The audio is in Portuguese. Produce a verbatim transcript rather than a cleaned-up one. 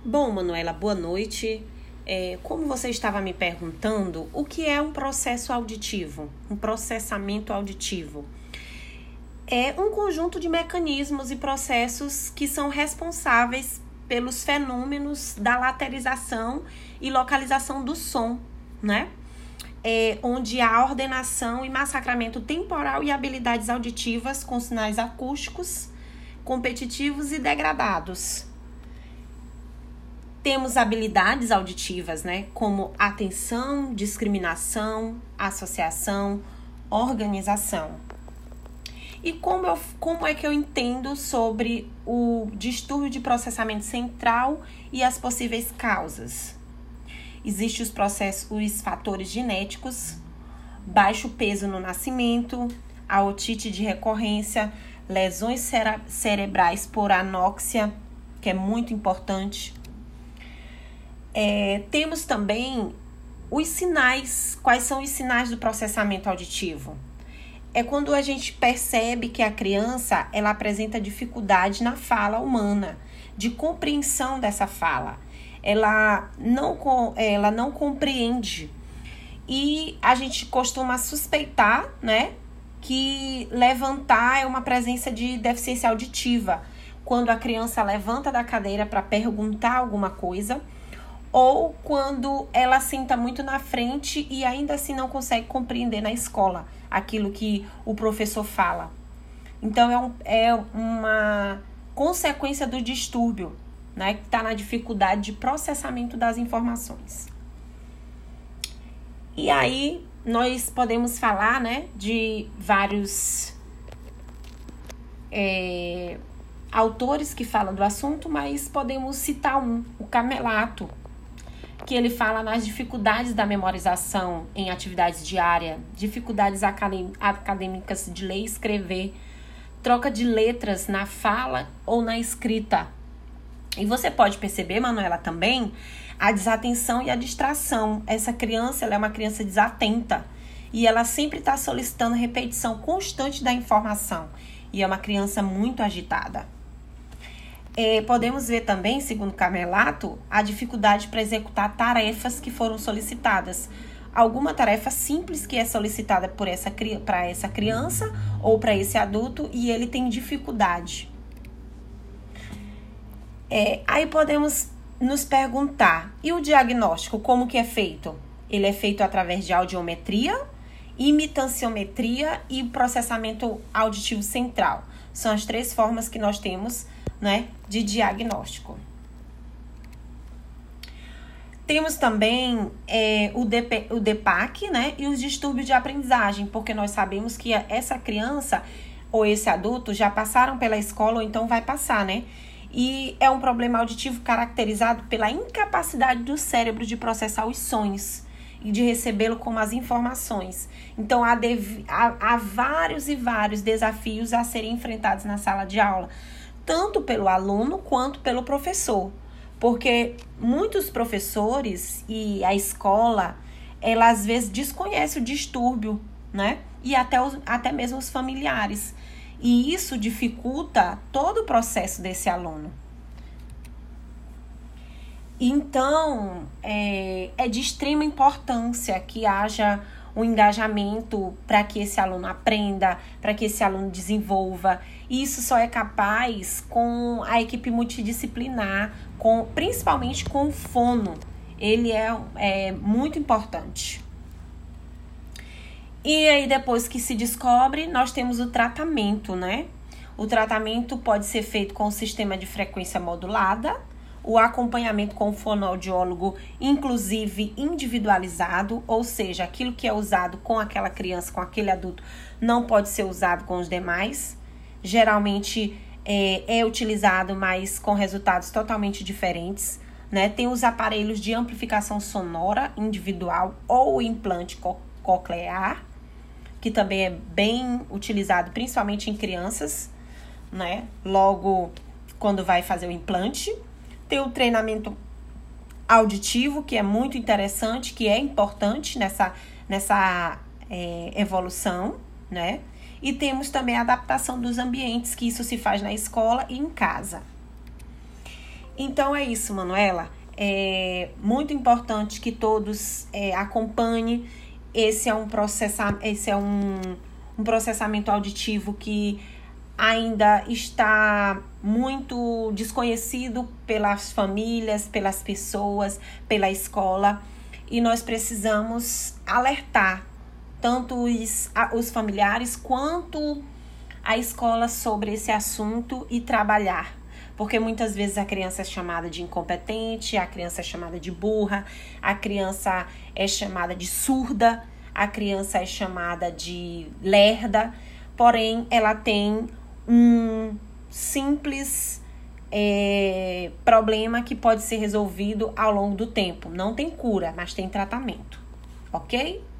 Bom, Manuela, boa noite. É, como você estava me perguntando, o que é um processo auditivo? Um processamento auditivo? É um conjunto de mecanismos e processos que são responsáveis pelos fenômenos da laterização e localização do som, né? É, onde há ordenação e massacramento temporal e habilidades auditivas com sinais acústicos, competitivos e degradados. Temos habilidades auditivas, né? Como atenção, discriminação, associação, organização. E como, eu, como é que eu entendo sobre o distúrbio de processamento central e as possíveis causas? Existem os processos, os fatores genéticos, baixo peso no nascimento, a otite de recorrência, lesões cere- cerebrais por anóxia, que é muito importante. É, temos também os sinais. Quais são os sinais do processamento auditivo? É quando a gente percebe que a criança ela apresenta dificuldade na fala humana, de compreensão dessa fala. Ela não, ela não compreende. E a gente costuma suspeitar, né, que levantar é uma presença de deficiência auditiva. Quando a criança levanta da cadeira para perguntar alguma coisa, ou quando ela senta muito na frente e ainda assim não consegue compreender na escola aquilo que o professor fala. Então, é, um, é uma consequência do distúrbio, né, que está na dificuldade de processamento das informações. E aí, nós podemos falar, né, de vários é, autores que falam do assunto, mas podemos citar um, o Camelato, que ele fala nas dificuldades da memorização em atividades diárias, dificuldades acadêmicas de ler e escrever, troca de letras na fala ou na escrita. E você pode perceber, Manuela, também a desatenção e a distração. Essa criança, ela é uma criança desatenta e ela sempre está solicitando repetição constante da informação. E é uma criança muito agitada. É, podemos ver também, segundo Camelato, a dificuldade para executar tarefas que foram solicitadas. Alguma tarefa simples que é solicitada por essa, para essa criança ou para esse adulto e ele tem dificuldade. É, aí podemos nos perguntar, e o diagnóstico, como que é feito? Ele é feito através de audiometria, imitanciometria e processamento auditivo central. São as três formas que nós temos, né, de diagnóstico. Temos também é, o, D P, o D P A C, né, e os distúrbios de aprendizagem, porque nós sabemos que essa criança ou esse adulto já passaram pela escola ou então vai passar, né? E é um problema auditivo caracterizado pela incapacidade do cérebro de processar os sons e de recebê-lo como as informações. Então, há, dev... há, há vários e vários desafios a serem enfrentados na sala de aula, tanto pelo aluno quanto pelo professor. Porque muitos professores e a escola, ela às vezes desconhece o distúrbio, né? E até, os, até mesmo os familiares. E isso dificulta todo o processo desse aluno. Então, é, é de extrema importância que haja um engajamento para que esse aluno aprenda, para que esse aluno desenvolva. E isso só é capaz com a equipe multidisciplinar, com, principalmente com o fono. Ele é, é muito importante. E aí, depois que se descobre, nós temos o tratamento, né? O tratamento pode ser feito com o sistema de frequência modulada, o acompanhamento com o fonoaudiólogo, inclusive individualizado, ou seja, aquilo que é usado com aquela criança, com aquele adulto, não pode ser usado com os demais. Geralmente é, é utilizado, mas com resultados totalmente diferentes, né? Tem os aparelhos de amplificação sonora individual ou implante co- coclear, que também é bem utilizado, principalmente em crianças, né? Logo, quando vai fazer o implante. Tem o treinamento auditivo, que é muito interessante, que é importante nessa, nessa é, evolução, né? E temos também a adaptação dos ambientes, que isso se faz na escola e em casa. Então é isso, Manuela. É muito importante que todos é, acompanhem. Esse é um, processa, esse é um, um processamento auditivo que ainda está muito desconhecido pelas famílias, pelas pessoas, pela escola. E nós precisamos alertar tanto os, os familiares quanto a escola sobre esse assunto e trabalhar. Porque muitas vezes a criança é chamada de incompetente, a criança é chamada de burra, a criança é chamada de surda, a criança é chamada de lerda, porém ela tem um simples é, problema que pode ser resolvido ao longo do tempo. Não tem cura, mas tem tratamento, ok?